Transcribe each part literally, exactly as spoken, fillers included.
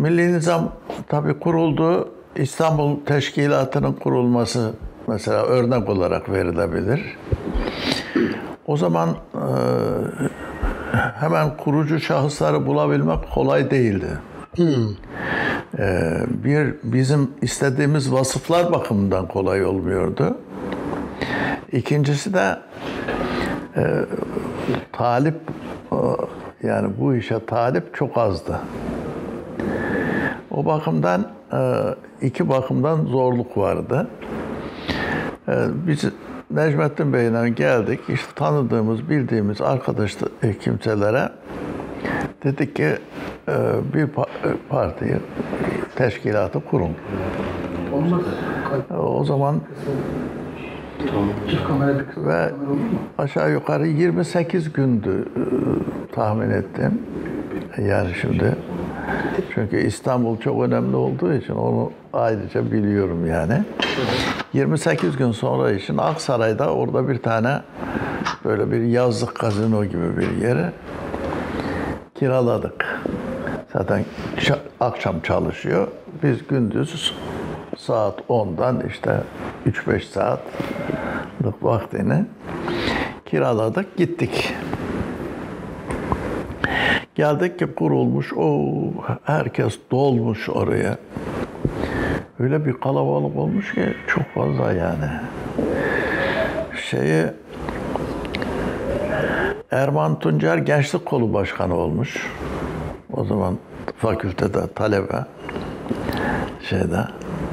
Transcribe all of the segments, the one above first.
Milli Nizam tabii kuruldu. İstanbul Teşkilatı'nın kurulması mesela örnek olarak verilebilir. O zaman e, hemen kurucu şahısları bulabilmek kolay değildi. Hmm. E, bir bizim istediğimiz vasıflar bakımından kolay olmuyordu. İkincisi de e, talip e, yani bu işe talip çok azdı. O bakımdan iki bakımdan zorluk vardı. Biz Necmettin Bey'le geldik. İşte tanıdığımız, bildiğimiz arkadaş kimselere dedik ki bir partiyi, teşkilatı kurun. O zaman ve aşağı yukarı yirmi sekiz gündü tahmin ettim. Yani şimdi çünkü İstanbul çok önemli olduğu için onu ayrıca biliyorum yani. yirmi sekiz gün sonra için Aksaray'da orada bir tane böyle bir yazlık gazino gibi bir yeri kiraladık. Zaten akşam çalışıyor. Biz gündüz saat ondan işte üç beş saatlik vaktini kiraladık, gittik. Geldik ki kurulmuş, o herkes dolmuş oraya. Öyle bir kalabalık olmuş ki çok fazla yani. Şeyi Erman Tuncer Gençlik Kolu Başkanı olmuş. O zaman fakültede talebe şeyde.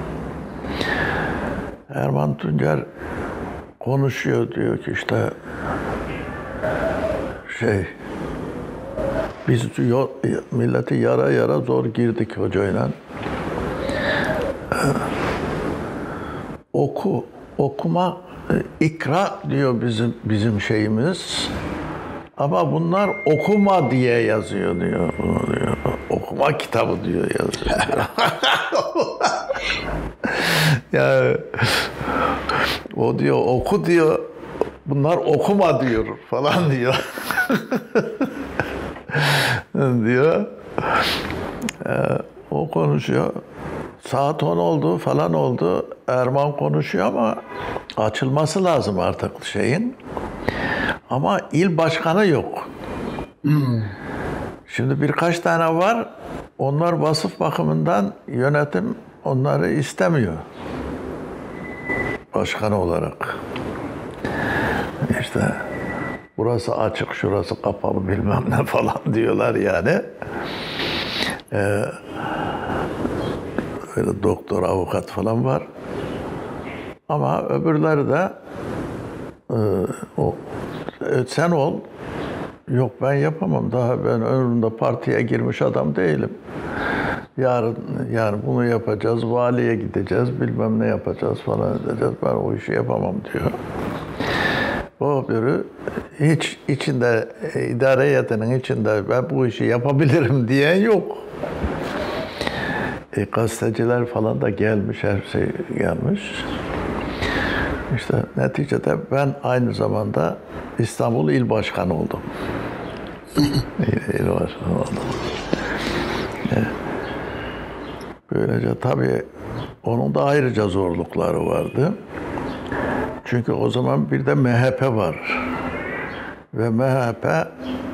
Erman Tuncer konuşuyor, diyor ki işte şey biz milleti yara yara zor girdik hocayla. Ee, oku, okuma, ikra diyor bizim bizim şeyimiz. Ama bunlar okuma diye yazıyor diyor. Bunu diyor. Okuma kitabı diyor yazıyor. Yani o diyor oku diyor. Bunlar okuma diyor falan diyor. diyor. Ee, o konuşuyor. Saat on oldu falan oldu. Erman konuşuyor ama açılması lazım artık şeyin. Ama il başkanı yok. Hmm. Şimdi birkaç tane var. Onlar vasıf bakımından yönetim onları istemiyor. Başkanı olarak. İşte burası açık, şurası kapalı bilmem ne falan diyorlar yani. Ee, öyle doktor, avukat falan var. Ama öbürleri de e, o, e, sen ol. Yok ben yapamam. Daha ben önümde partiye girmiş adam değilim. Yarın yani bunu yapacağız, valiye gideceğiz, bilmem ne yapacağız falan edeceğiz. Ben o işi yapamam diyor. O öbürü hiç içinde, idare heyetinin içinde ben bu işi yapabilirim diyen yok. E, gazeteciler falan da gelmiş, her şey gelmiş. İşte neticede ben aynı zamanda İstanbul İl Başkanı oldum. İl, il Başkanı oldum. E, böylece tabii onun da ayrıca zorlukları vardı. Çünkü o zaman bir de M H P var. Ve M H P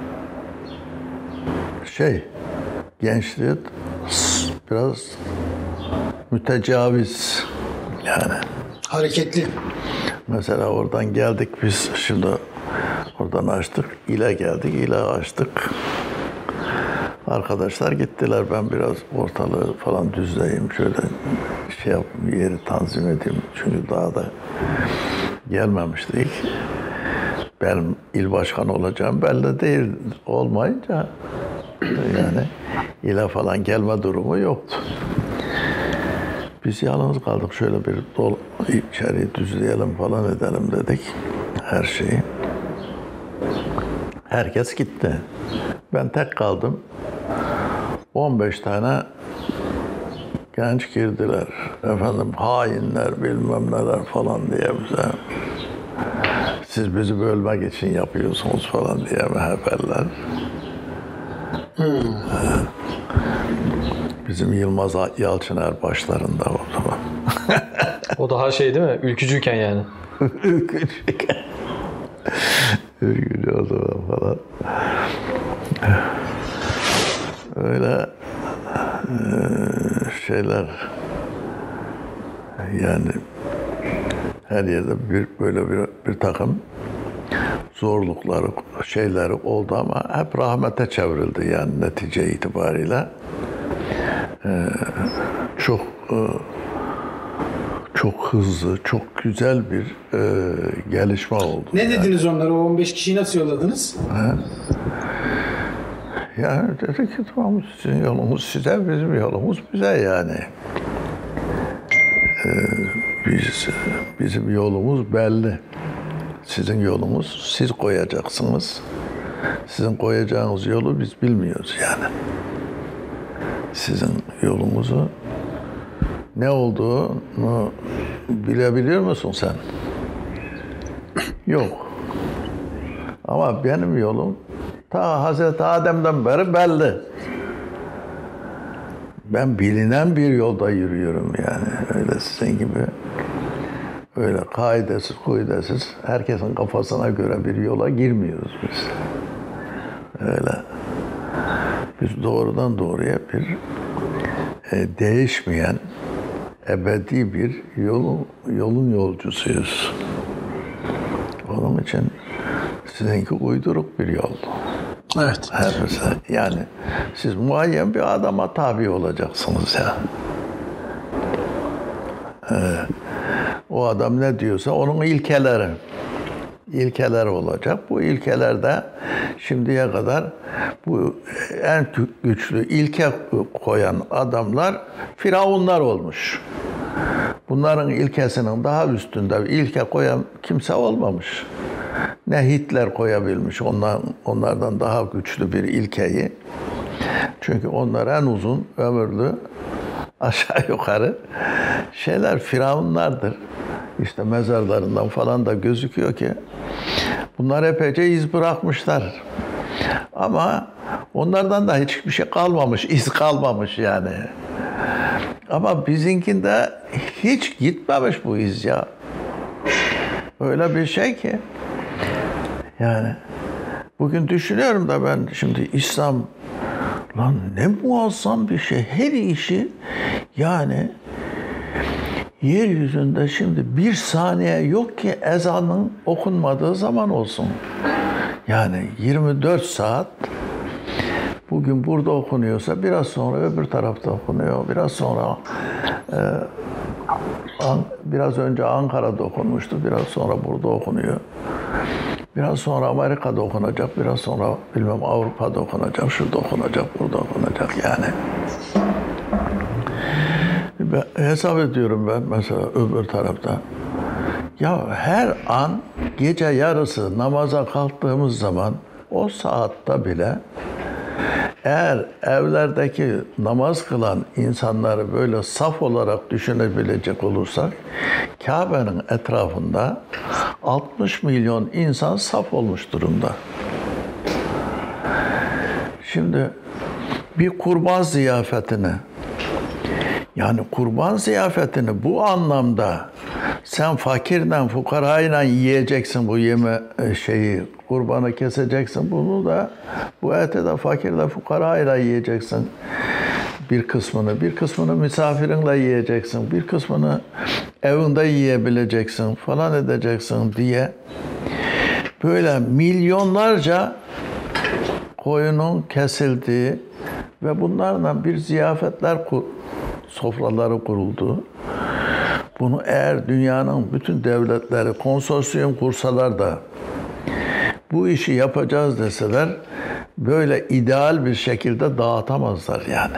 şey, gençliği biraz mütecaviz yani. Hareketli. Mesela oradan geldik biz şimdi oradan açtık, ile geldik, ile açtık. Arkadaşlar gittiler, ben biraz ortalığı falan düzleyeyim, şöyle şey yapayım, yeri tanzim edeyim. Çünkü daha da gelmemiştik. Benim il başkanı olacağım belli değil olmayınca yani ile falan gelme durumu yoktu. Biz yalnız kaldık, şöyle bir dol, içeriği düzleyelim falan edelim dedik her şeyi. Herkes gitti. Ben tek kaldım. on beş tane genç girdiler. Efendim hainler bilmem neler falan diye bize. Siz bizi bölmek için yapıyorsunuz falan diye M H P'liler. Hmm. bizim Yılmaz Yalçıner başlarında o zaman. O daha şey değil mi? Ülkücüyken yani. Ülkücüyken. Ülkücü o zaman falan. Öyle şeyler yani her yerde bir böyle bir, bir takım zorlukları, şeyleri oldu ama hep rahmete çevrildi yani netice itibariyle. Ee, çok çok hızlı, çok güzel bir e, gelişme oldu. Ne yani. dediniz onlara? O on beş kişiyi nasıl yolladınız? Ha? Yani dedi ki tamam sizin yolumuz size, bizim yolumuz bize yani. Ee, biz, bizim yolumuz belli. Sizin yolumuz siz koyacaksınız. Sizin koyacağınız yolu biz bilmiyoruz yani. Sizin yolumuzu ne olduğunu bilebiliyor musun sen? Yok. Ama benim yolum ta Hazreti Adem'den beri belli. Ben bilinen bir yolda yürüyorum yani. Öyle sizin gibi öyle kaidesiz, kuidesiz herkesin kafasına göre bir yola girmiyoruz biz. Öyle. Biz doğrudan doğruya bir e, değişmeyen ebedi bir yolun, yolun yolcusuyuz. Onun için sizinki uyduruk bir yol. Evet. Hepsi. Yani siz muayyen bir adama tabi olacaksınız ya. Ee, o adam ne diyorsa onun ilkeleri. İlkeler olacak. Bu ilkelerde şimdiye kadar bu en güçlü ilke koyan adamlar firavunlar olmuş. Bunların ilkesinin daha üstünde bir ilke koyan kimse olmamış. Ne Hitler koyabilmiş onlar, onlardan daha güçlü bir ilkeyi. Çünkü onlar en uzun ömürlü aşağı yukarı şeyler firavunlardır. İşte mezarlarından falan da gözüküyor ki bunlar epeyce iz bırakmışlar. Ama onlardan da hiçbir şey kalmamış, iz kalmamış yani. Ama bizimkinde hiç gitmemiş bu iz ya. Öyle bir şey ki. Yani bugün düşünüyorum da ben şimdi İslam lan ne muazzam bir şey. Her işi yani yeryüzünde şimdi bir saniye yok ki ezanın okunmadığı zaman olsun. Yani yirmi dört saat bugün burada okunuyorsa biraz sonra öbür tarafta okunuyor. Biraz sonra e, an, biraz önce Ankara'da okunmuştu. Biraz sonra burada okunuyor. Biraz sonra Amerika'da okunacak. Biraz sonra bilmem Avrupa'da okunacak. Şurada okunacak, burada okunacak yani. Ben hesap ediyorum ben mesela öbür tarafta. Ya her an gece yarısı namaza kalktığımız zaman o saatte bile eğer evlerdeki namaz kılan insanları böyle saf olarak düşünebilecek olursak Kabe'nin etrafında altmış milyon insan saf olmuş durumda. Şimdi bir kurban ziyafetini yani kurban ziyafetini bu anlamda sen fakirle, fukarayla yiyeceksin bu yeme şeyi, kurbanı keseceksin. Bunu da, bu eti de fakirle, fukarayla yiyeceksin. Bir kısmını, bir kısmını misafirinle yiyeceksin. Bir kısmını evinde yiyebileceksin falan edeceksin diye. Böyle milyonlarca koyunun kesildiği ve bunlarla bir ziyafetler sofraları kuruldu. Bunu eğer dünyanın bütün devletleri konsorsiyum kursalar da bu işi yapacağız deseler böyle ideal bir şekilde dağıtamazlar yani.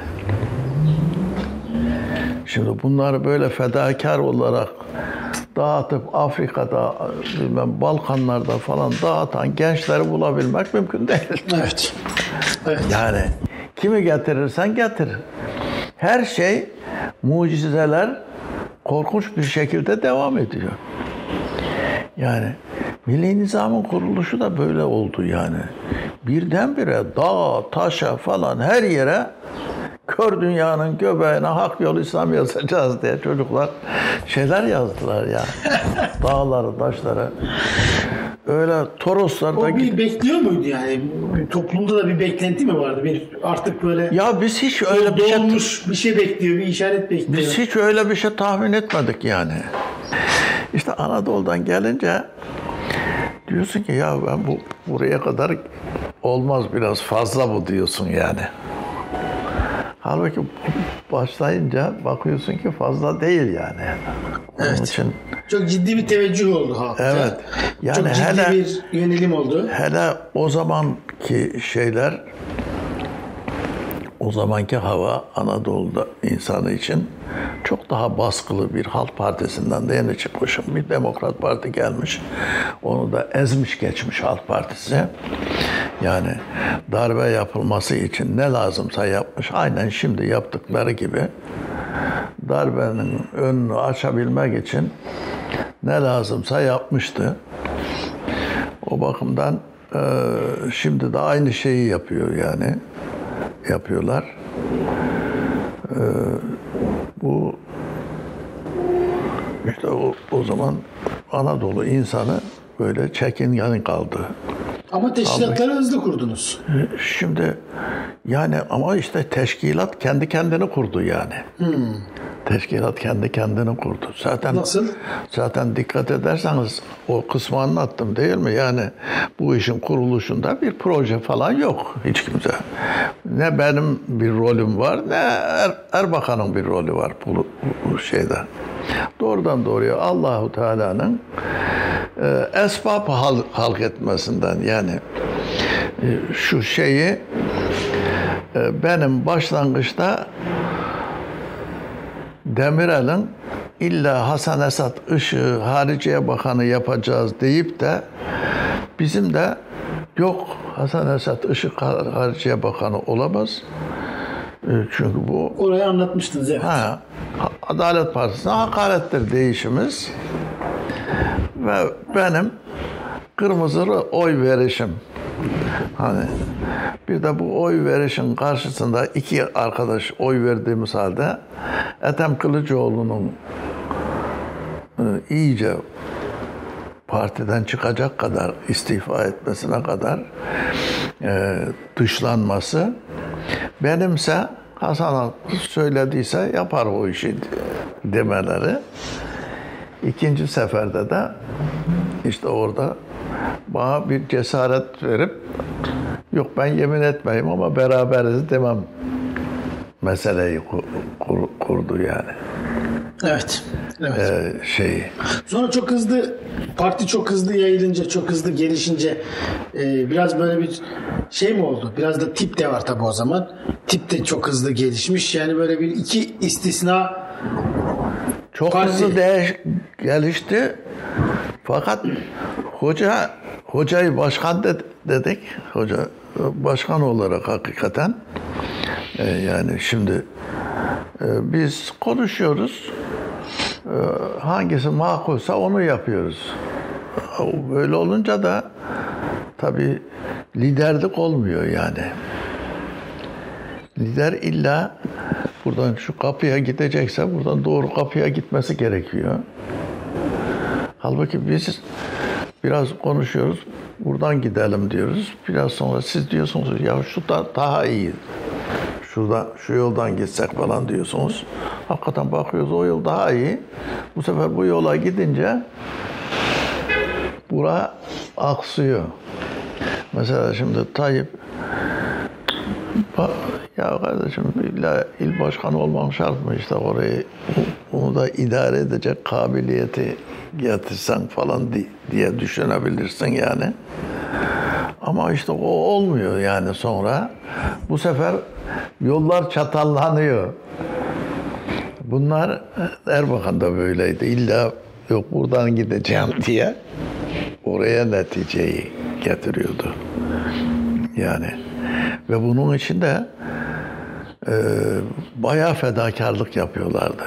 Şimdi bunları böyle fedakar olarak dağıtıp Afrika'da, bilmem Balkanlarda falan dağıtan gençleri bulabilmek mümkün değil. Evet. Evet. Yani kimi getirirsen getir. Her şey, mucizeler korkunç bir şekilde devam ediyor. Yani milli nizamın kuruluşu da böyle oldu yani. Birdenbire dağa, taşa falan her yere kör dünyanın göbeğine hak yol İslam yazacağız diye çocuklar şeyler yazdılar ya. Dağları, taşları. Öyle Toroslarda O bir gidip... bekliyor muydu yani? Bir toplumda da bir beklenti mi vardı? Bir artık böyle Ya biz hiç öyle bir şey... dolmuş bir şey bekliyor, bir işaret bekliyor. Biz hiç öyle bir şey tahmin etmedik yani. İşte Anadolu'dan gelince diyorsun ki ya ben bu buraya kadar olmaz, biraz fazla bu diyorsun yani. Halbuki başlayınca bakıyorsun ki fazla değil yani. Onun Evet. için Çok ciddi bir teveccüh oldu halkta. evet. Yani Çok ciddi hele bir yönelim oldu. hele o zamanki şeyler, o zamanki hava Anadolu'da insanı için çok daha baskılı. Bir Halk Partisi'nden de yeni çıkmışım. Bir Demokrat Parti gelmiş. Onu da ezmiş geçmiş Halk Partisi. Yani darbe yapılması için ne lazımsa yapmış. Aynen şimdi yaptıkları gibi darbenin önünü açabilmek için ne lazımsa yapmıştı. O bakımdan e, şimdi de aynı şeyi yapıyor yani. Yapıyorlar. E, bu işte o, o zaman Anadolu insanı böyle çekingen kaldı. Ama teşkilatları hızlı kurdunuz. Şimdi yani ama işte teşkilat kendi kendini kurdu yani. Hmm. Teşkilat kendi kendini kurdu. Zaten Nasıl? Zaten dikkat ederseniz o kısmı anlattım değil mi? Yani bu işin kuruluşunda bir proje falan yok hiç kimse. Ne benim bir rolüm var, ne er, Erbakan'ın bir rolü var bu, bu şeyde. Doğrudan doğruya Allahu Teala'nın e, esbab halk, halk etmesinden yani e, şu şeyi e, benim başlangıçta Demirel'in illa Hasan Esat Işık'ı Hariciye Bakanı yapacağız deyip de bizim de yok Hasan Esat Işık Hariciye Bakanı olamaz. Çünkü bu Orayı anlatmıştınız evet. ha, Adalet Partisi'ne hakarettir değişimiz ve benim kırmızı oy verişim. Hani bir de bu oy verişin karşısında iki arkadaş oy verdiğimiz halde Ethem Kılıçoğlu'nun e, iyice partiden çıkacak kadar, istifa etmesine kadar e, dışlanması, benimse Hasan söylediyse yapar o işi demeleri. İkinci seferde de işte orada bana bir cesaret verip yok ben yemin etmeyeyim ama beraberiz demem meseleyi kur, kur, kurdu yani. Evet. Evet. Ee, şeyi. Sonra çok hızlı parti çok hızlı yayılınca, çok hızlı gelişince e, biraz böyle bir şey mi oldu? Biraz da tip de var tabii o zaman. Tip de çok hızlı gelişmiş. Yani böyle bir iki istisna Çok parti. hızlı değiş, gelişti. Fakat hoca hocayı başkan de, dedik. Hoca başkan olarak hakikaten e, yani şimdi e, biz konuşuyoruz. E, hangisi makulsa onu yapıyoruz. Böyle olunca da tabii liderlik olmuyor yani. Lider illa buradan şu kapıya gidecekse buradan doğru kapıya gitmesi gerekiyor. Halbuki biz biraz konuşuyoruz, buradan gidelim diyoruz. Biraz sonra siz diyorsunuz ya şu da daha iyi. Şurada şu yoldan gitsek falan diyorsunuz. Hakikaten bakıyoruz o yol daha iyi. Bu sefer bu yola gidince bura aksıyor. Mesela şimdi Tayyip ya kardeşim illa il başkanı olmak şart mı işte orayı onu da idare edecek kabiliyeti getirsen falan diye düşünebilirsin yani. Ama işte o olmuyor yani sonra. Bu sefer yollar çatallanıyor. Bunlar Erbakan da böyleydi. İlla yok buradan gideceğim diye oraya neticeyi getiriyordu. Yani ve bunun için de e, bayağı fedakarlık yapıyorlardı.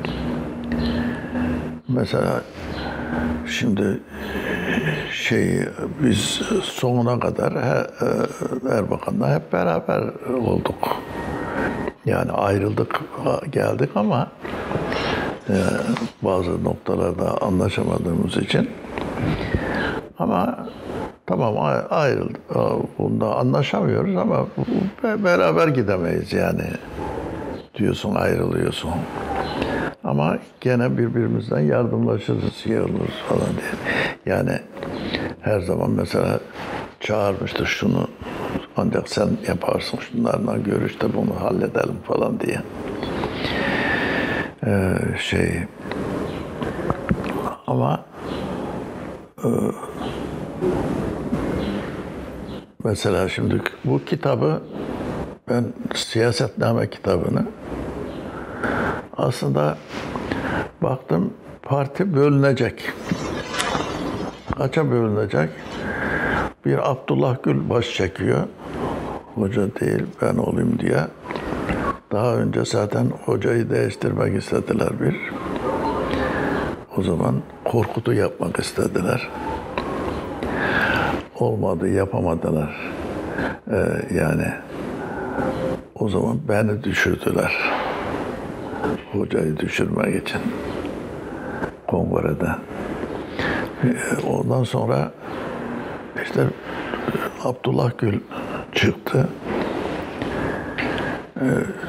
Mesela şimdi şey biz sonuna kadar he, Erbakan'la hep beraber olduk. Yani ayrıldık, geldik ama e, bazı noktalarda anlaşamadığımız için. Ama tamam ayrıldık. Bunda anlaşamıyoruz ama beraber gidemeyiz yani. Diyorsun, ayrılıyorsun. Ama gene birbirimizden yardımlaşırız, şey oluruz falan diye. Yani her zaman mesela çağırmıştır şunu, ancak sen yaparsın, şunlarla görüş de bunu halledelim falan diye. Ee, şey ama e, mesela şimdi bu kitabı, ben siyasetname kitabını aslında baktım parti bölünecek. Kaça bölünecek? Bir Abdullah Gül baş çekiyor. Hoca değil ben olayım diye. Daha önce zaten hocayı değiştirmek istediler bir. O zaman Korkut'u yapmak istediler. Olmadı, yapamadılar. Ee, yani o zaman beni düşürdüler. Hocayı düşürmek için kongrede. Ondan sonra işte Abdullah Gül çıktı. Ee,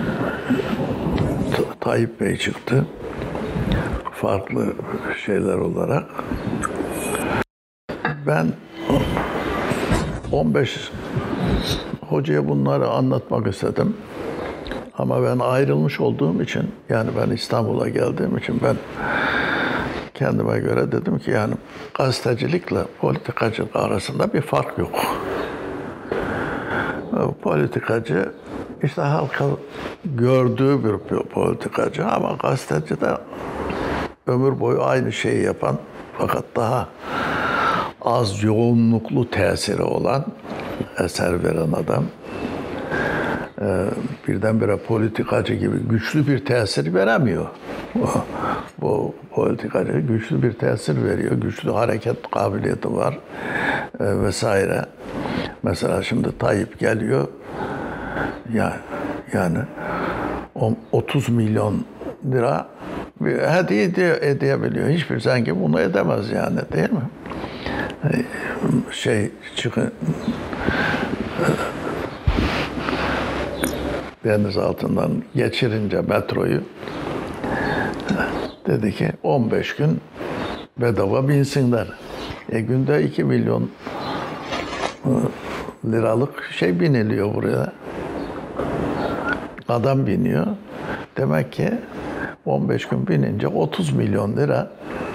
Tayyip Bey çıktı. Farklı şeyler olarak. Ben on beş hocaya bunları anlatmak istedim. Ama ben ayrılmış olduğum için, yani ben İstanbul'a geldiğim için ben kendime göre dedim ki yani gazetecilikle politikacılık arasında bir fark yok. Politikacı işte halka gördüğü bir politikacı ama gazeteci de ömür boyu aynı şeyi yapan fakat daha az yoğunluklu tesiri olan, eser veren adam. Ee, birdenbire politikacı gibi güçlü bir tesir veremiyor. Bu politikacı güçlü bir tesir veriyor. Güçlü hareket kabiliyeti var e, vesaire. Mesela şimdi Tayyip geliyor. Ya yani otuz milyon lira bir hediye edebiliyor. Hiçbir zengin bunu edemez yani, değil mi? Şey çıkın deniz altından geçirince metroyu dedi ki on beş gün bedava binsinler. E günde iki milyon liralık şey biniliyor buraya. Adam biniyor. Demek ki on beş gün binince otuz milyon lira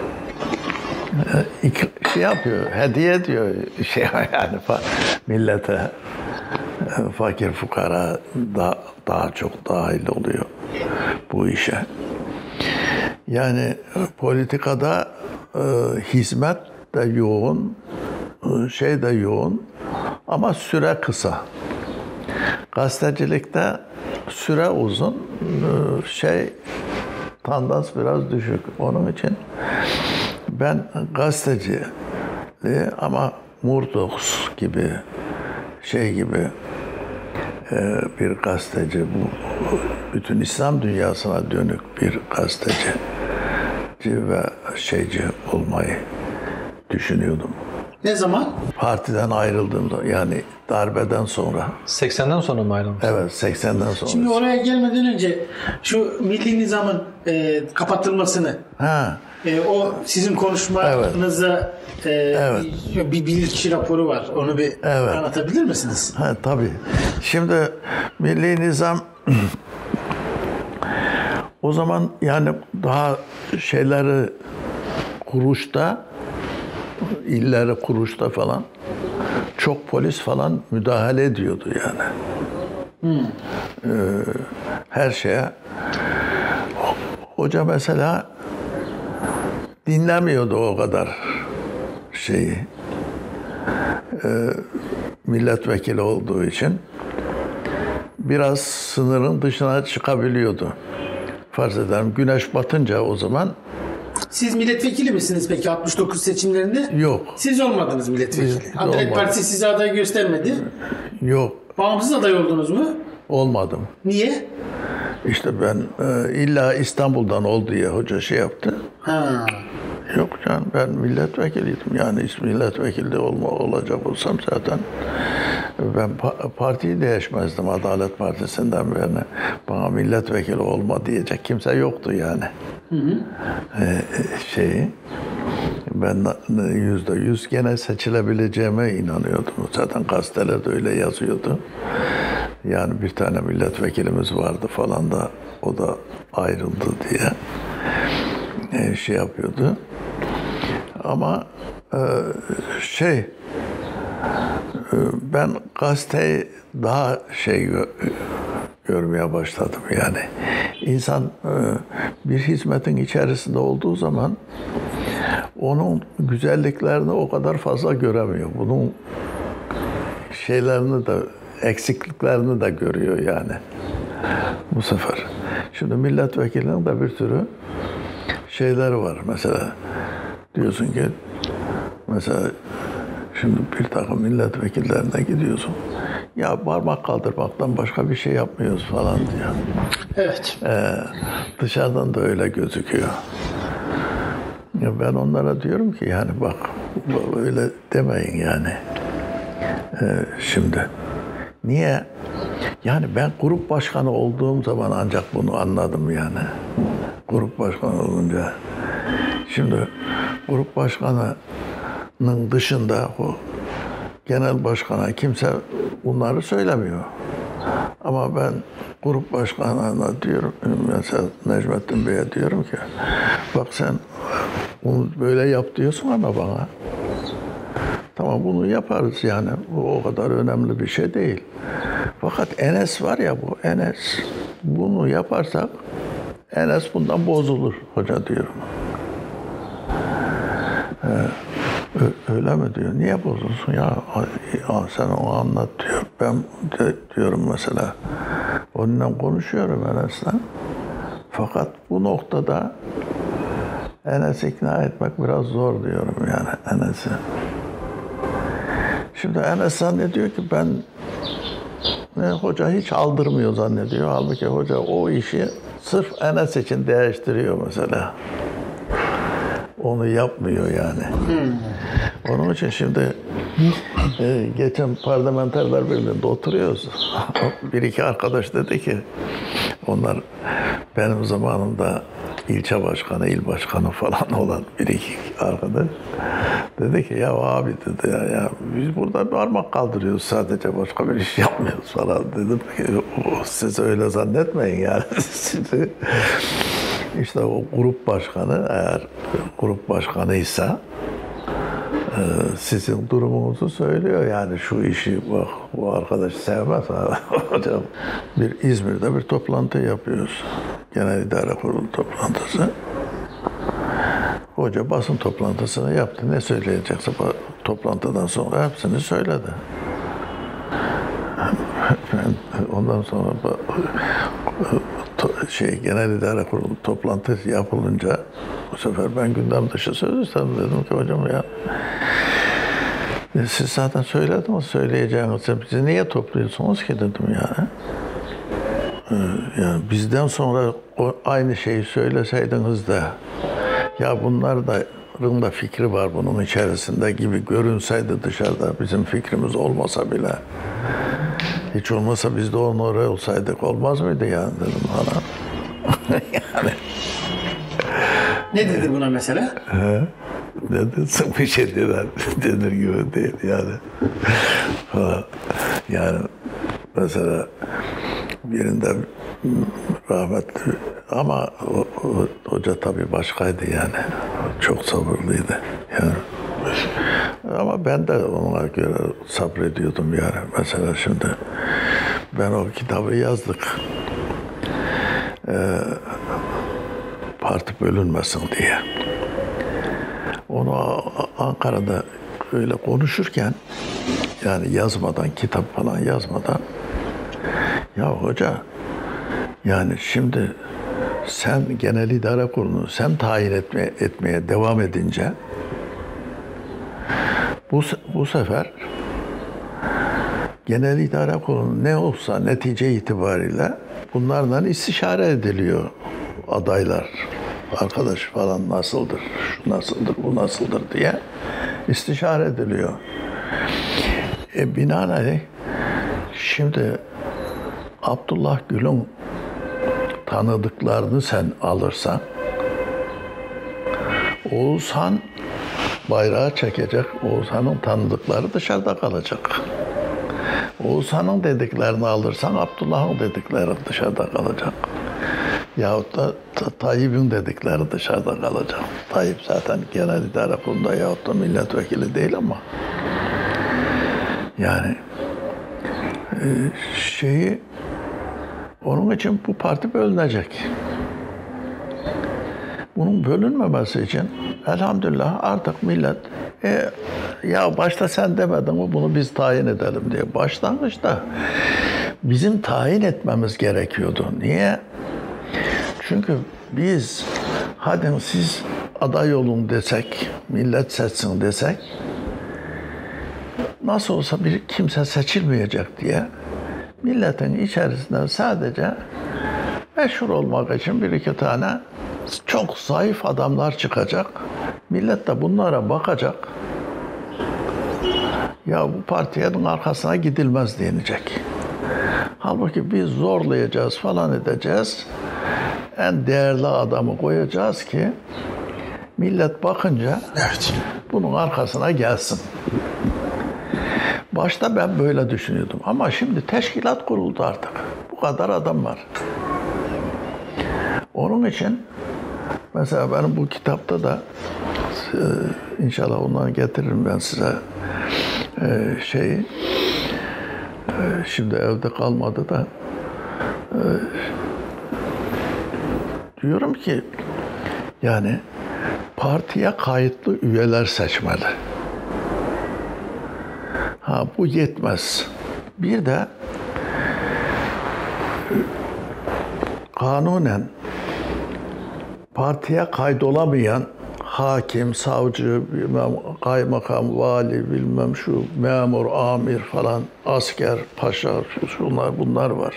şey yapıyor, hediye ediyor şey yani millete. Fakir fukara da daha çok dahil oluyor bu işe. Yani politikada e, hizmet de yoğun, e, şey de yoğun ama süre kısa. Gazetecilikte süre uzun, e, şey tandans biraz düşük. Onun için ben gazeteci ama Murdoch gibi şey gibi bir gazeteci, bu bütün İslam dünyasına dönük bir gazeteci ve şeyci olmayı düşünüyordum. Ne zaman? Partiden ayrıldığımda, yani darbeden sonra. seksenden sonra mı ayrıldınız? Evet, seksenden sonra. Şimdi oraya gelmeden önce şu milli nizamın e, kapatılmasını, ha. e, o sizin konuşmanızda e, evet. bir bilirkişi raporu var. Onu bir evet. anlatabilir misiniz? Ha, tabii. Şimdi milli nizam o zaman yani daha şeyleri kuruşta, illeri kuruşta falan çok polis falan müdahale ediyordu yani. Hmm. Ee, her şeye. Hoca mesela dinlemiyordu o kadar şeyi. Ee, milletvekili olduğu için biraz sınırın dışına çıkabiliyordu. Farz ederim güneş batınca o zaman. Siz milletvekili misiniz peki altmış dokuz seçimlerinde? Yok. Siz olmadınız milletvekili. Adalet Partisi size aday göstermedi. Yok. Bağımsız aday oldunuz mu? Olmadım. Niye? İşte ben e, illa İstanbul'dan ol diye hoca şey yaptı. Ha. Yok canım, ben milletvekiliydim. Yani milletvekili olma, olacak olsam zaten ben pa- partiyi değişmezdim. Adalet Partisi'nden beri bana milletvekili olma diyecek kimse yoktu yani. Hı hı. Ee, şeyi ben yüzde yüz gene seçilebileceğime inanıyordum. Zaten gazetelerde öyle yazıyordu. Yani bir tane milletvekilimiz vardı falan da o da ayrıldı diye e, şey yapıyordu. Ama e, şey e, ben gazeteyi daha şey gö- görmeye başladım yani. İnsan e, bir hizmetin içerisinde olduğu zaman onun güzelliklerini o kadar fazla göremiyor. Bunun şeylerini de, eksikliklerini de görüyor yani bu sefer. Şimdi milletvekilinin de bir sürü şeyleri var. Mesela diyorsun ki mesela şimdi bir takım milletvekillerine gidiyorsun. Ya parmak kaldırmaktan başka bir şey yapmıyoruz falan diyor. Evet. Ee, dışarıdan da öyle gözüküyor. Ya ben onlara diyorum ki yani bak öyle demeyin yani. Ee, şimdi niye? Yani ben grup başkanı olduğum zaman ancak bunu anladım yani. Grup başkanı olunca. Şimdi grup başkanının dışında o genel başkana kimse bunları söylemiyor. Ama ben grup başkanına diyorum, mesela Necmettin Bey'e diyorum ki bak sen bunu böyle yap diyorsun ama bana. Tamam bunu yaparız yani. Bu o kadar önemli bir şey değil. Fakat Enes var ya bu Enes. Bunu yaparsak Enes bundan bozulur hoca diyorum. Ee, öyle mi diyor. Niye bozulsun ya? ya sen onu anlat diyor. Ben de diyorum mesela onunla konuşuyorum Enes'le. Fakat bu noktada Enes'i ikna etmek biraz zor diyorum yani Enes'i. Şimdi Enes zannediyor ki ben ne, hoca hiç aldırmıyor zannediyor. Halbuki hoca o işi sırf Enes için değiştiriyor mesela. Onu yapmıyor yani. Hmm. Onun için şimdi e, geçen Parlamenterler Birliği'nde oturuyoruz. Bir iki arkadaş dedi ki onlar benim zamanımda ilçe başkanı, il başkanı falan olan bir iki arkadaş dedi ki ya abi dedi ya, ya biz burada parmak kaldırıyoruz sadece başka bir iş yapmıyoruz falan dedim ki siz öyle zannetmeyin yani. İşte o grup başkanı eğer grup başkanıysa e, sizin durumunuzu söylüyor yani şu işi bak bu arkadaş sevmez hocam. Bir İzmir'de bir toplantı yapıyoruz. Genel İdare Kurulu toplantısı. Hoca basın toplantısını yaptı. Ne söyleyecekse toplantıdan sonra hepsini söyledi. Ben ondan sonra şey Genel İdare Kurulu toplantısı yapılınca bu sefer ben gündem dışı söz istedim. Dedim ki hocam ya siz zaten söylediniz söyleyeceğinizi. Bizi niye topluyorsunuz ki dedim ya. Yani bizden sonra o aynı şeyi söyleseydiniz de ya bunlar da da fikri var bunun içerisinde gibi görünseydi dışarıda bizim fikrimiz olmasa bile hiç olmasa biz de onu oraya olsaydık olmaz mıydı yani dedim bana. Yani. Ne dedi buna mesela? He? Ne desin bir şey dediler. Denir gibi değil yani. Yani mesela birinde rahmetli ama o, o, hoca tabii başkaydı yani. Çok sabırlıydı. Yani. Ama ben de ona göre sabrediyordum yani. Mesela şimdi ben o kitabı yazdık. Ee, parti bölünmesin diye. Onu Ankara'da öyle konuşurken yani yazmadan, kitap falan yazmadan ya hoca yani şimdi sen Genel İdare Kurulu'nu sen tayin etme, etmeye devam edince bu, bu sefer Genel İdare Kurulu ne olsa netice itibariyle bunlardan istişare ediliyor adaylar. Arkadaş falan nasıldır, şu nasıldır, bu nasıldır diye istişare ediliyor. E, binaenaleyh şimdi Abdullah Gül'ün tanıdıklarını sen alırsan Oğuzhan bayrağı çekecek, Oğuzhan'ın tanıdıkları dışarıda kalacak. Oğuzhan'ın dediklerini alırsan Abdullah'ın dedikleri dışarıda kalacak. Yahut da Tayyip'in dedikleri dışarıda kalacak. Tayyip zaten genel idare kurulunda yahut da milletvekili değil ama yani e, şeyi onun için bu parti bölünecek. Bunun bölünmemesi için elhamdülillah artık millet e, ya başta sen demedin mi bunu biz tayin edelim diye. Başlangıçta bizim tayin etmemiz gerekiyordu. Niye? Çünkü biz hadi siz aday olun desek, millet seçsin desek nasıl olsa bir kimse seçilmeyecek diye milletin içerisinden sadece meşhur olmak için bir iki tane çok zayıf adamlar çıkacak. Millet de bunlara bakacak. Ya bu partinin arkasına gidilmez denilecek. Halbuki biz zorlayacağız falan edeceğiz. En değerli adamı koyacağız ki millet bakınca Evet. bunun arkasına gelsin. Başta ben böyle düşünüyordum ama şimdi teşkilat kuruldu artık. Bu kadar adam var. Onun için mesela benim bu kitapta da e, inşallah ondan getiririm ben size e, şeyi. E, şimdi evde kalmadı da e, diyorum ki yani partiye kayıtlı üyeler seçmeli. Ha bu yetmez. Bir de kanunen partiye kaydolamayan hakim, savcı, bilmem, kaymakam, vali, bilmem şu memur, amir falan, asker, paşa, şunlar bunlar var.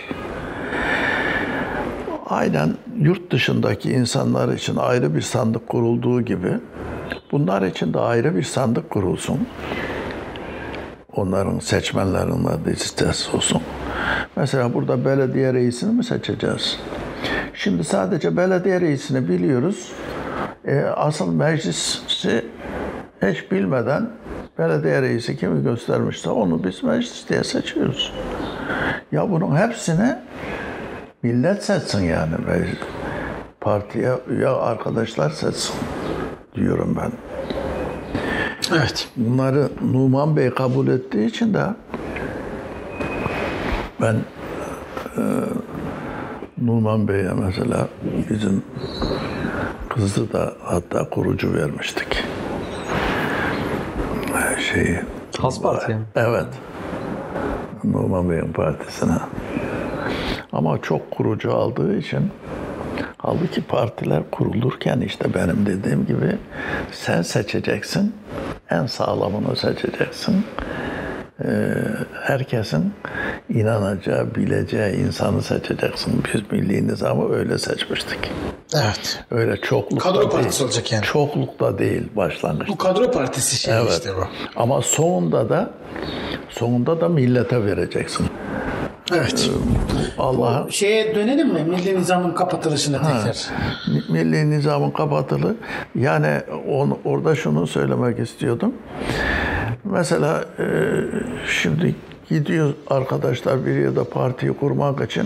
Aynen yurt dışındaki insanlar için ayrı bir sandık kurulduğu gibi bunlar için de ayrı bir sandık kurulsun. Onların seçmenlerinin de listesi olsun. Mesela burada belediye reisini mi seçeceğiz? Şimdi sadece belediye reisini biliyoruz. E, asıl meclisi hiç bilmeden belediye reisi kimi göstermişse onu biz meclis diye seçiyoruz. Ya bunun hepsini millet seçsin yani. Partiye üye arkadaşlar seçsin diyorum ben. Evet. Bunları Numan Bey kabul ettiği için de ben e, Numan Bey'e mesela bizim kızı da hatta kurucu vermiştik. Şeyi. Has Parti yani. Evet. Numan Bey'in partisine. Ama çok kurucu aldığı için halbuki partiler kurulurken işte benim dediğim gibi sen seçeceksin. En sağlamını seçeceksin. Ee, herkesin inanacağı, bileceği insanı seçeceksin. Biz milli nizamı öyle seçmiştik. Evet. Öyle çoklukta Kadro değil. partisi olacak yani. Çoklukta değil başlangıçta. Bu kadro partisi şey Evet. işte bu. Ama sonunda da sonunda da millete vereceksin. Evet. Allah Şeye dönelim mi? Milli nizamın kapatılışına tekrar. milli nizamın kapatılı. Yani onu, orada şunu söylemek istiyordum. Mesela e, şimdi gidiyor arkadaşlar bir yerde partiyi kurmak için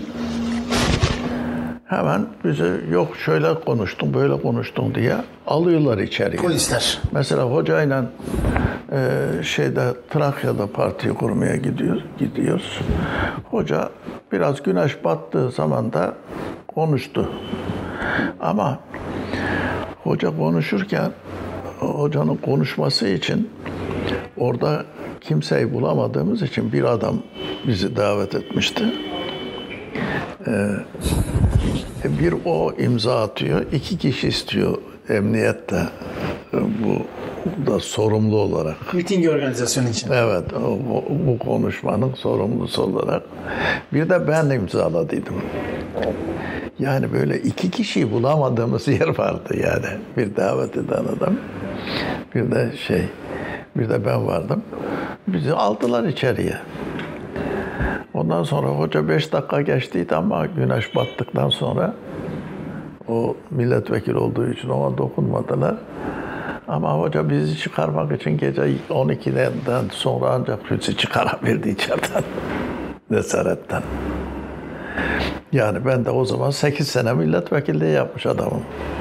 hemen bize yok şöyle konuştun böyle konuştun diye alıyorlar içeriye. Polisler. Mesela hocayla e, şeyde Trakya'da partiyi kurmaya gidiyor, gidiyoruz. Hoca biraz güneş battığı zaman da konuştu. Ama hoca konuşurken hocanın konuşması için orada kimseyi bulamadığımız için bir adam bizi davet etmişti. Ee, bir o imza atıyor, iki kişi istiyor emniyette bu da sorumlu olarak. Miting organizasyonu için. Evet, o, bu konuşmanın sorumlusu olarak. Bir de ben imzaladıydım. Yani böyle iki kişiyi bulamadığımız yer vardı yani. Bir davet eden adam, bir de şey, bir de ben vardım. Bizi aldılar içeriye. Ondan sonra hoca beş dakika geçtiydi ama güneş battıktan sonra o milletvekili olduğu için ona dokunmadılar. Ama hoca bizi çıkarmak için gece on ikiden sonra ancak bizi çıkarabildi içeriden. Nesaretten. Yani ben de o zaman sekiz sene milletvekilliği yapmış adamım.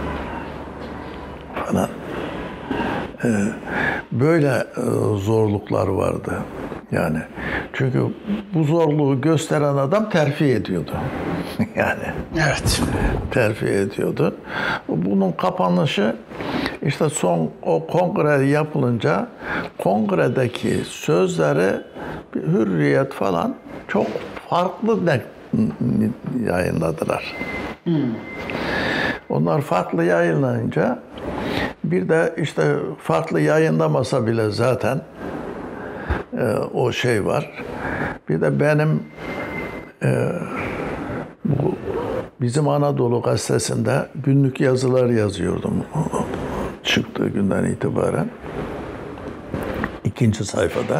Falan. Ee, böyle e, zorluklar vardı. Yani çünkü bu zorluğu gösteren adam terfi ediyordu. Yani. Evet. Terfi ediyordu. Bunun kapanışı işte son o kongre yapılınca kongredeki sözleri Hürriyet falan çok farklı ne, yayınladılar. Hmm. Onlar farklı yayınlayınca bir de işte farklı yayınlamasa bile zaten e, o şey var. Bir de benim e, bu bizim Anadolu Gazetesi'nde günlük yazılar yazıyordum. Çıktığı günden itibaren. İkinci sayfada.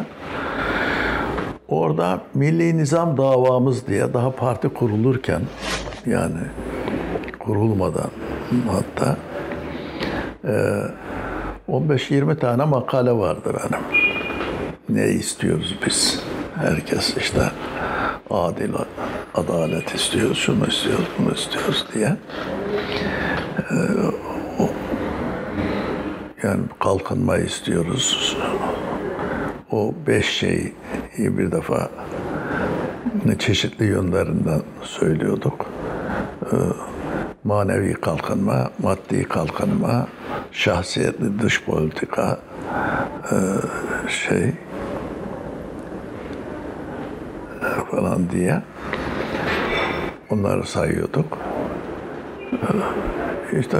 Orada Milli Nizam Davamız diye daha parti kurulurken yani kurulmadan hatta on beş yirmi tane makale vardı benim. Ne istiyoruz biz? Herkes işte adil, adalet istiyoruz, şunu istiyoruz, bunu istiyoruz diye. Yani kalkınma istiyoruz. O beş şeyi bir defa çeşitli yönlerinden söylüyorduk. Manevi kalkınma, maddi kalkınma, şahsiyetli dış politika, şey falan diye onları sayıyorduk. İşte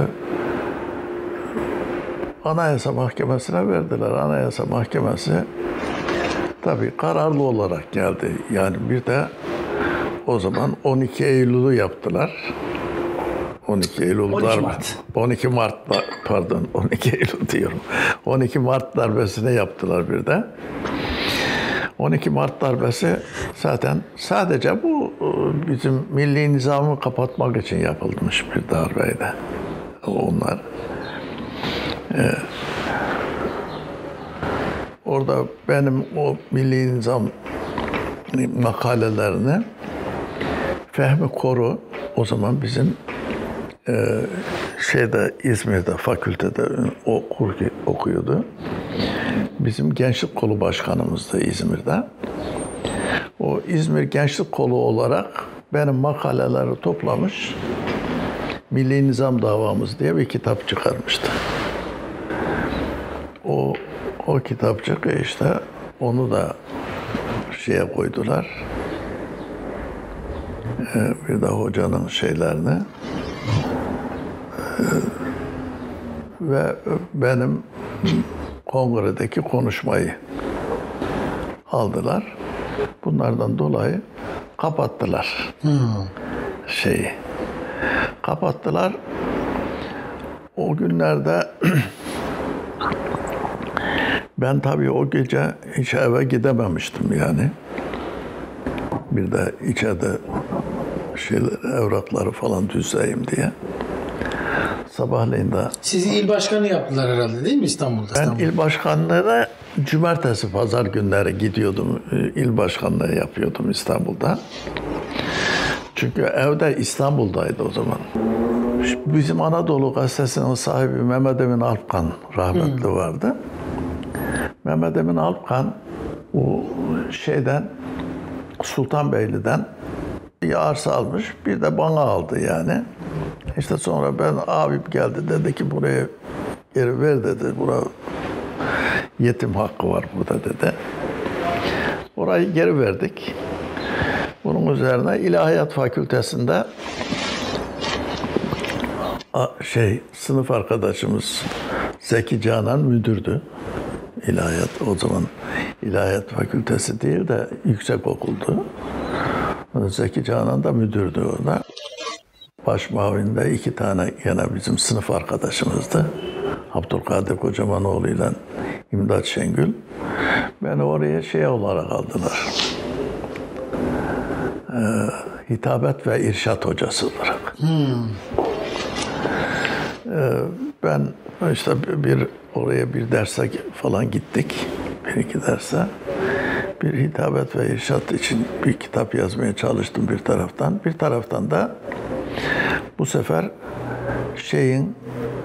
Anayasa Mahkemesi'ne verdiler. Anayasa Mahkemesi tabii kararlı olarak geldi. Yani bir de o zaman on iki Eylül'ü yaptılar. on iki Eylül on iki darbe. Mart. on iki Mart pardon on iki Eylül diyorum. on iki Mart darbesini yaptılar bir de. on iki Mart darbesi zaten sadece bu bizim milli nizamı kapatmak için yapılmış bir darbeydi. Onlar. Ee, orada benim o milli nizam makalelerini Fehmi Koru o zaman bizim e, şeyde İzmir'de fakültede okur, okuyordu. Bizim gençlik kolu başkanımızdı İzmir'de. O İzmir Gençlik Kolu olarak benim makaleleri toplamış. Milli Nizam Davamız diye bir kitap çıkarmıştı. O o kitapçık işte onu da şeye koydular. Ee, bir de hocanın şeylerini ee, ve benim kongredeki konuşmayı aldılar. Bunlardan dolayı kapattılar hmm. şeyi. Kapattılar. O günlerde ben tabii o gece hiç eve gidememiştim yani. Bir de içeride şeyler, evrakları falan düzleyeyim diye. Sabahleyin de... Sizi il başkanı yaptılar herhalde değil mi İstanbul'da? Ben İstanbul'da. il başkanlığına cumartesi, pazar günleri gidiyordum. İl başkanlığı yapıyordum İstanbul'da. Çünkü evde İstanbul'daydı o zaman. Bizim Anadolu Gazetesi'nin sahibi Mehmet Emin Alpkan rahmetli hmm. vardı. Mehmet Emin Alpkan o şeyden Sultanbeyli'den bir arsa almış. Bir de bana aldı yani. İşte sonra ben abim geldi dedi ki buraya geri ver dedi. Bura yetim hakkı var burada dedi. Orayı geri verdik. Bunun üzerine İlahiyat Fakültesi'nde şey sınıf arkadaşımız Zeki Canan müdürdü. ilahiyat. O zaman ilahiyat fakültesi değil de yüksekokuldu. Zeki Canan da müdürdü orada. Baş muavininde iki tane gene bizim sınıf arkadaşımızdı. Abdülkadir Kocamanoğlu ile İmdat Şengül. Beni oraya şey olarak aldılar. Ee, hitabet ve irşat hocası olarak. Hmm. Ee, ben işte bir oraya bir derse falan gittik. Bir iki derse. Bir hitabet ve irşat için bir kitap yazmaya çalıştım bir taraftan. Bir taraftan da bu sefer şeyin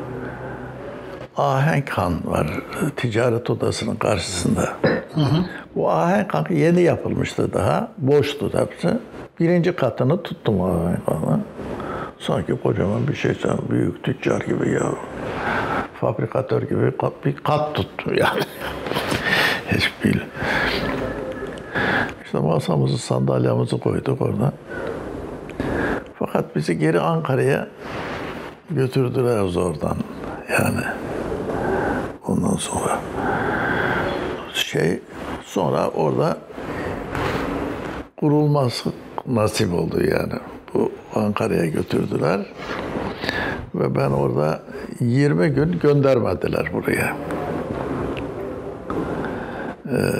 Ahenk Han var. Ticaret Odası'nın karşısında. Hı hı. Bu Ahenk Han yeni yapılmıştı daha. Boştu hepsi. Birinci katını tuttum Ahenk Han'ı. Sanki kocaman bir şey, büyük tüccar gibi ya. Fabrikatör gibi bir kat tuttum yani. Hiç bil. İşte masamızı, sandalyamızı koyduk orada. Fakat bizi geri Ankara'ya götürdüler zordan. Yani ondan sonra şey sonra orada kurulması nasip oldu yani. Bu Ankara'ya götürdüler ve ben orada yirmi gün göndermediler buraya. Ee,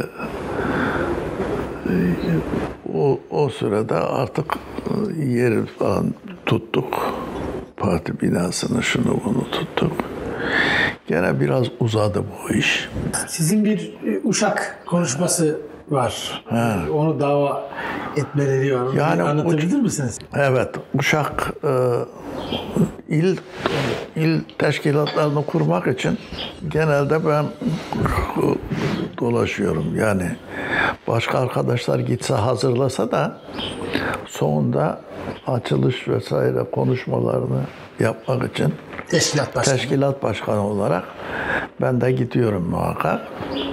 o, o sırada artık yeri falan tuttuk. Parti binasını, şunu bunu tuttuk. Gene biraz uzadı bu iş. Sizin bir Uşak konuşması var. Ha. Onu dava etmeleri var. Yani anlatabilir Uç- misiniz? Evet. Uşak e, il il teşkilatlarını kurmak için genelde ben dolaşıyorum. Yani başka arkadaşlar gitse hazırlasa da sonunda açılış vesaire konuşmalarını yapmak için teşkilat başkanı, teşkilat başkanı olarak ben de gidiyorum muhakkak.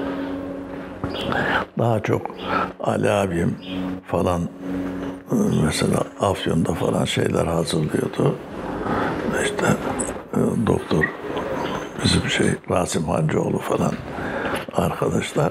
Daha çok Ali abim falan mesela Afyon'da falan şeyler hazırlıyordu. İşte doktor bizim şey Rasim Hancıoğlu falan arkadaşlar.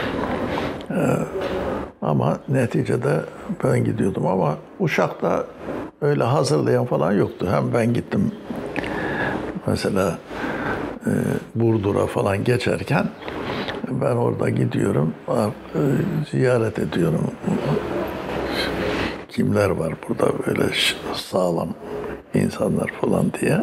Ama neticede ben gidiyordum ama Uşak'ta öyle hazırlayan falan yoktu. Hem ben gittim mesela e, Burdur'a falan geçerken ben orada gidiyorum, e, ziyaret ediyorum. Kimler var burada böyle sağlam insanlar falan diye.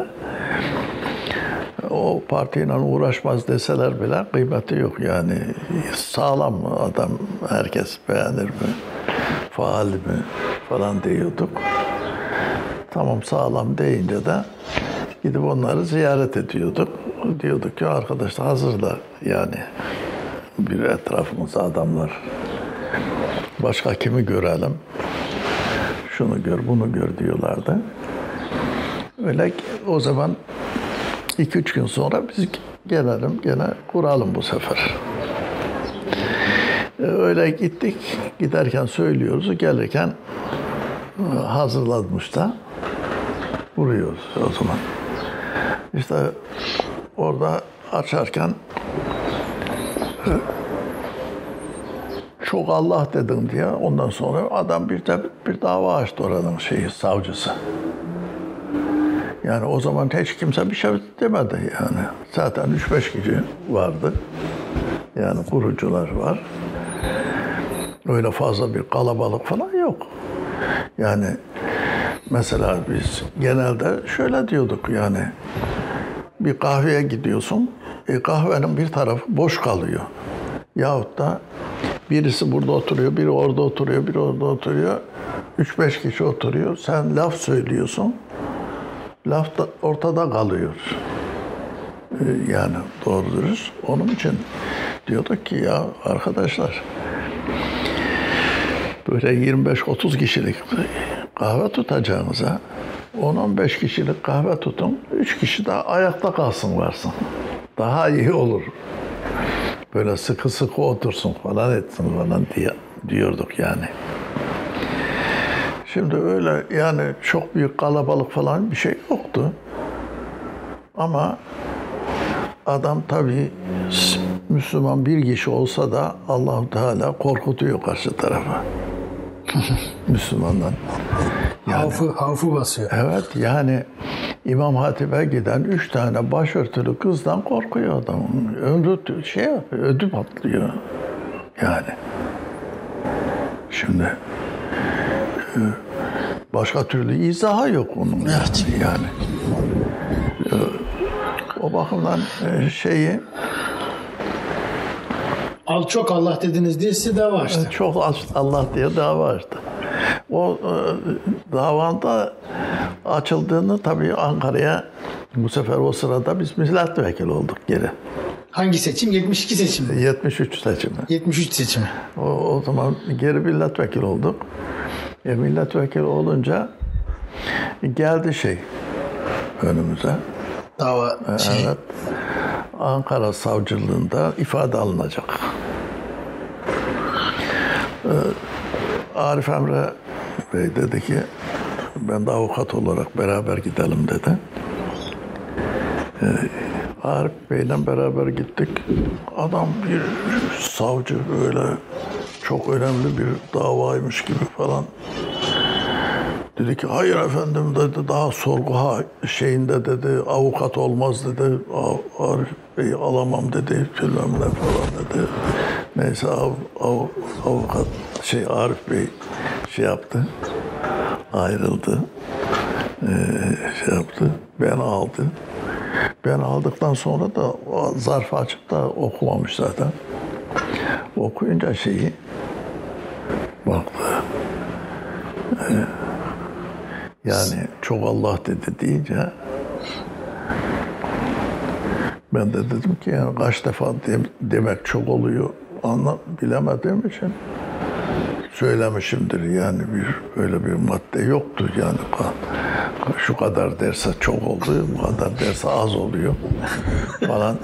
O partiyle uğraşmaz deseler bile kıymeti yok yani. Sağlam mı adam, herkes beğenir mi, faal mi falan diyorduk. Tamam sağlam deyince de gidip onları ziyaret ediyorduk. Diyorduk ki arkadaşlar hazırla yani bir etrafımızda adamlar. Başka kimi görelim, şunu gör, bunu gör diyorlardı. Öyle o zaman iki üç gün sonra biz gelelim, gene kuralım bu sefer. Öyle gittik, giderken söylüyoruz, gelirken hazırlanmış da vuruyoruz o zaman. İşte orada açarken çok Allah dedim diye ondan sonra adam bir de bir dava açtı oranın şeyi, savcısı. Yani o zaman hiç kimse bir şey demedi yani. Zaten üç beş kişi vardı. Yani kurucular var. Öyle fazla bir kalabalık falan yok. Yani mesela biz genelde şöyle diyorduk yani. Bir kahveye gidiyorsun, e, kahvenin bir tarafı boş kalıyor. Yahut da birisi burada oturuyor, biri orada oturuyor, biri orada oturuyor. Üç beş kişi oturuyor. Sen laf söylüyorsun. Laf da ortada kalıyor. Ee, yani doğru dürüst. Onun için diyorduk ki ya arkadaşlar böyle yirmi beş otuz kişilik kahve tutacağınıza on on beş kişilik kahve tutun. üç kişi de ayakta kalsın varsın. Daha iyi olur. Böyle sıkı sıkı otursun falan etsin falan diye diyorduk yani. Şimdi öyle yani çok büyük kalabalık falan bir şey yoktu. Ama adam tabii Müslüman bir kişi olsa da Allah-u Teala korkutuyor karşı tarafa. Müslümandan. Yani, Havfı, havfı basıyor. evet yani İmam Hatip'e giden üç tane başörtülü kızdan korkuyor adam. Ömrü şey ödü patlıyor. Yani. Şimdi başka türlü izahı yok onun. Evet. Yani. O bakımdan şeyi Al çok Allah dediniz diye size dava açtı. çok az Allah diye dava açtı. O e, davanda açıldığını tabii Ankara'ya bu sefer o sırada biz milletvekili olduk geri. Hangi seçim? yetmiş iki seçim mi? yetmiş üç seçimi. yetmiş üç seçimi. O, o zaman geri milletvekili olduk. E, milletvekili olunca geldi şey önümüze. Dava şey. Evet. Ankara Savcılığında ifade alınacak. Ee, Arif Emre Bey dedi ki ben de avukat olarak beraber gidelim dedi. Ee, Arif Bey'le beraber gittik. Adam bir savcı böyle çok önemli bir davaymış gibi falan. Dedi ki hayır efendim dedi daha sorgu şeyinde dedi avukat olmaz dedi. Arif Bey alamam dedi bilmem ne falan dedi. Neyse av, av, avukat şey Arif Bey şey yaptı. Ayrıldı. Ee, şey yaptı. Ben aldı. Ben aldıktan sonra da o zarfı açıp da okumamış zaten. Okuyunca şeyi baktı. Ee, Yani çok Allah dedi deyince ben de dedim ki yani kaç defa de, demek çok oluyor anla, bilemediğim için söylemişimdir yani bir öyle bir madde yoktur yani şu kadar derse çok oluyor bu kadar derse az oluyor falan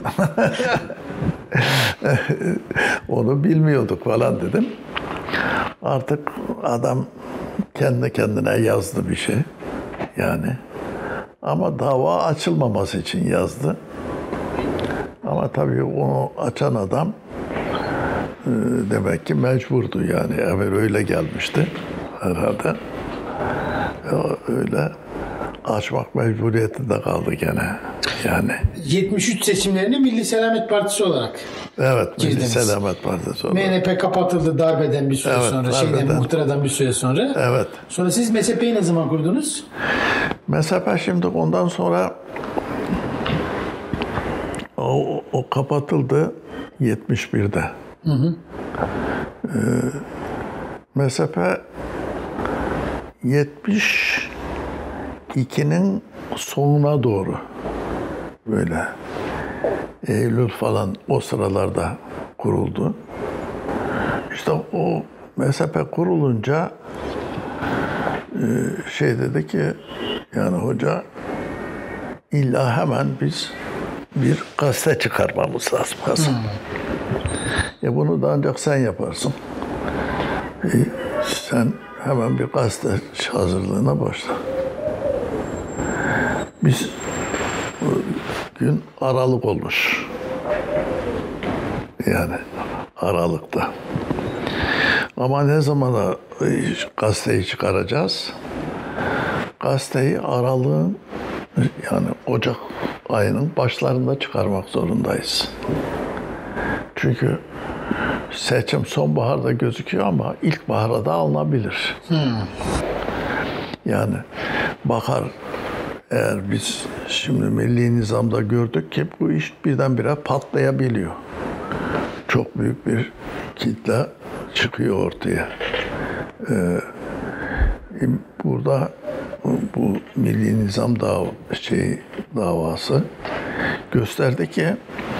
onu bilmiyorduk falan dedim artık adam kendi kendine yazdı bir şey yani ama dava açılmaması için yazdı ama tabii onu açan adam e, demek ki mecburdu yani evvel öyle gelmişti herhalde e, öyle açmak mecburiyetinde kaldı gene yani. yetmiş üç seçimlerini Milli Selamet Partisi olarak Evet, Milli girdiniz. Selamet Partisi olarak. M N P kapatıldı darbeden bir süre Evet, sonra, darbeden. şeyden muhtıradan bir süre sonra. Evet. Sonra siz M S P'yi ne zaman kurdunuz? M S P şimdi ondan sonra o, o kapatıldı yetmiş birde. Hı hı. Ee, M S P yetmiş ikinin sonuna doğru böyle Eylül falan o sıralarda kuruldu. İşte o M S P kurulunca şey dedi ki yani hoca illa hemen biz bir gazete çıkarmamız lazım. Hmm. Ya bunu da ancak sen yaparsın. E, sen hemen bir gazete hazırlığına başla. Biz gün Aralık olmuş. Yani Aralık'ta. Ama ne zamana gazeteyi çıkaracağız? Gazeteyi Aralık'ın yani Ocak ayının başlarında çıkarmak zorundayız. Çünkü seçim sonbaharda gözüküyor ama ilkbaharda da alınabilir. Hmm. Yani bakar eğer biz şimdi milli nizamda gördük ki bu iş birdenbire patlayabiliyor. Çok büyük bir kitle çıkıyor ortaya. Ee, burada bu milli nizam dav şey davası gösterdi ki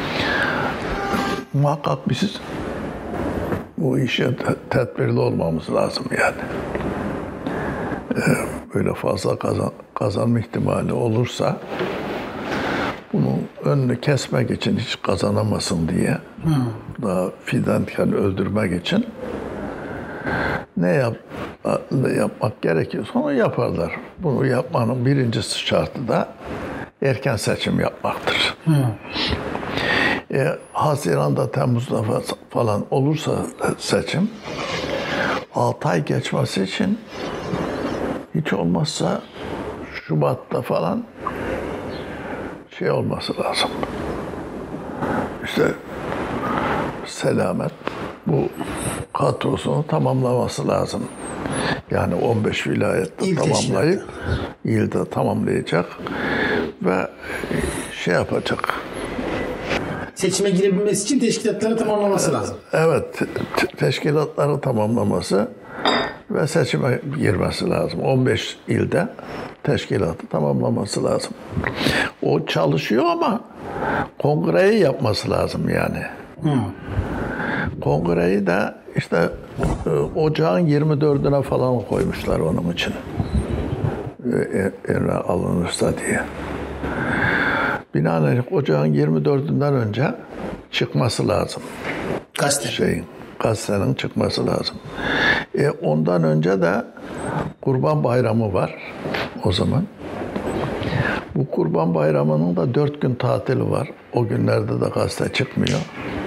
muhakkak biz bu işe tedbirli olmamız lazım yani. Ee, böyle fazla kazan, kazanma ihtimali olursa bunun önünü kesmek için hiç kazanamasın diye hmm. daha fidanken öldürmek için ne yap ne yapmak gerekiyorsa onu yaparlar. Bunu yapmanın birincisi şartı da erken seçim yapmaktır. Hmm. E, Haziran'da, Temmuz'da falan olursa seçim, altı ay geçmesi için hiç olmazsa Şubat'ta falan şey olması lazım. İşte Selamet bu kadrosunu tamamlaması lazım. Yani on beş vilayette İl tamamlayıp ilde tamamlayacak ve şey yapacak. Seçime girebilmesi için teşkilatları tamamlaması lazım. Evet, te- teşkilatları tamamlaması ve seçime girmesi lazım. on beş ilde teşkilatı tamamlaması lazım. O çalışıyor ama kongreyi yapması lazım yani. Hmm. Kongreyi de işte e, ocağın yirmi dördüne falan koymuşlar onun için. E, emre alınırsa diye. Binaenaleyh ocağın yirmi dördünden önce çıkması lazım. Gazete. Şeyin, gazetenin çıkması lazım. E, ondan önce de Kurban Bayramı var o zaman. Bu Kurban Bayramı'nın da dört gün tatili var. O günlerde de gazete çıkmıyor.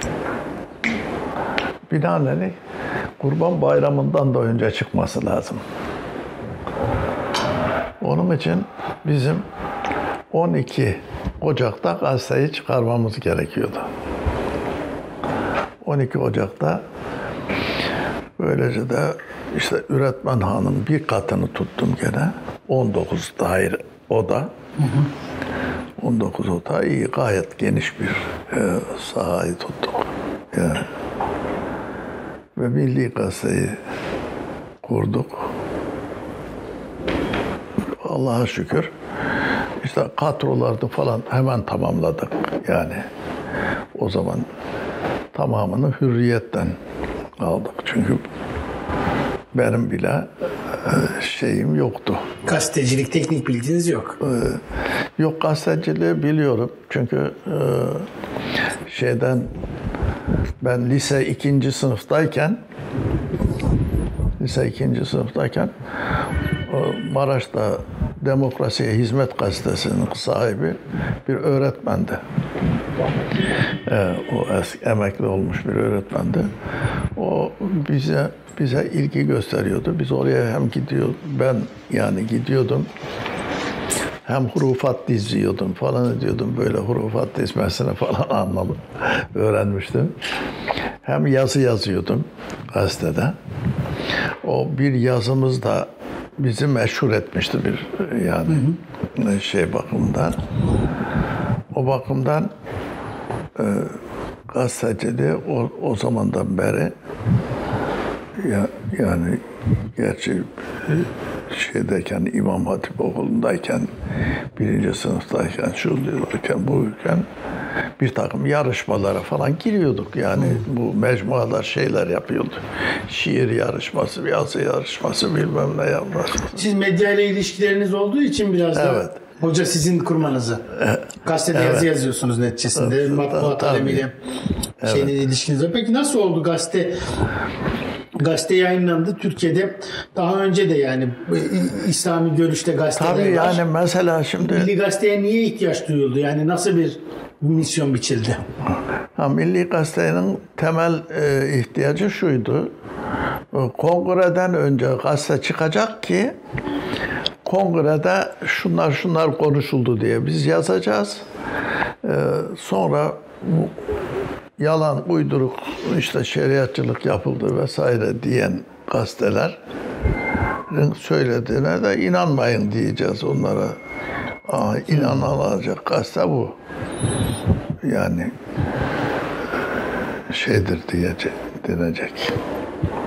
Binaenaleyh Kurban Bayramı'ndan da önce çıkması lazım. Onun için bizim on iki Ocak'ta gazeteyi çıkarmamız gerekiyordu. on iki Ocak'ta böylece de işte Üretmen Han'ın bir katını tuttum gene. on dokuz daire oda. on dokuz oda iyi, gayet geniş bir e, sahayı tuttuk. Yani. Ve Milli Gazete'yi kurduk. Allah'a şükür. İşte kadrolarda falan hemen tamamladık. Yani o zaman tamamını Hürriyet'ten aldık. Çünkü benim bile şeyim yoktu. Gazetecilik teknik bilginiz yok. Yok, gazeteciliği biliyorum. Çünkü şeyden ben lise ikinci sınıftayken lise ikinci sınıftayken Maraş'ta Demokrasiye Hizmet Gazetesi'nin sahibi bir öğretmendi. Ee, o eski, emekli olmuş bir öğretmendi. O bize bize ilgi gösteriyordu. Biz oraya hem gidiyor, ben yani gidiyordum. Hem hurufat diziyordum falan ediyordum. Böyle hurufat dizmesini falan anladım. Öğrenmiştim. Hem yazı yazıyordum gazetede. O bir yazımız da bizi meşhur etmişti bir yani hı hı. şey bakımdan. O bakımdan e, gazeteciliği o, o zamandan beri ya, yani gerçi şeydeyken İmam Hatip Okulu'ndayken birinci sınıftayken şuradayken buyken bir takım yarışmalara falan giriyorduk yani hmm. bu mecmualar şeyler yapıyordu. Şiir yarışması, yazı yarışması, bilmem ne yapması. Siz medyayla ilişkileriniz olduğu için biraz da evet. Hoca sizin kurmanızı. Gazetede evet. yazı yazıyorsunuz neticesinde. Evet. Matbuat alemiyle şeyle evet. ilişkiniz var. Peki nasıl oldu gazete? Gazete yayınlandı. Türkiye'de daha önce de yani İslami görüşte gazeteler Tabii var. yani mesela şimdi... Milli Gazete'ye niye ihtiyaç duyuldu? Yani nasıl bir misyon biçildi? Ha, Milli Gazete'nin temel e, ihtiyacı şuydu. Kongreden önce gazete çıkacak ki kongrede şunlar şunlar konuşuldu diye biz yazacağız. E, sonra bu yalan, uyduruk, işte şeriatçılık yapıldı vesaire diyen gazetelerin söylediğine de inanmayın diyeceğiz onlara. Aa, inanılacak gazete bu. Yani şeydir diyecek, denecek.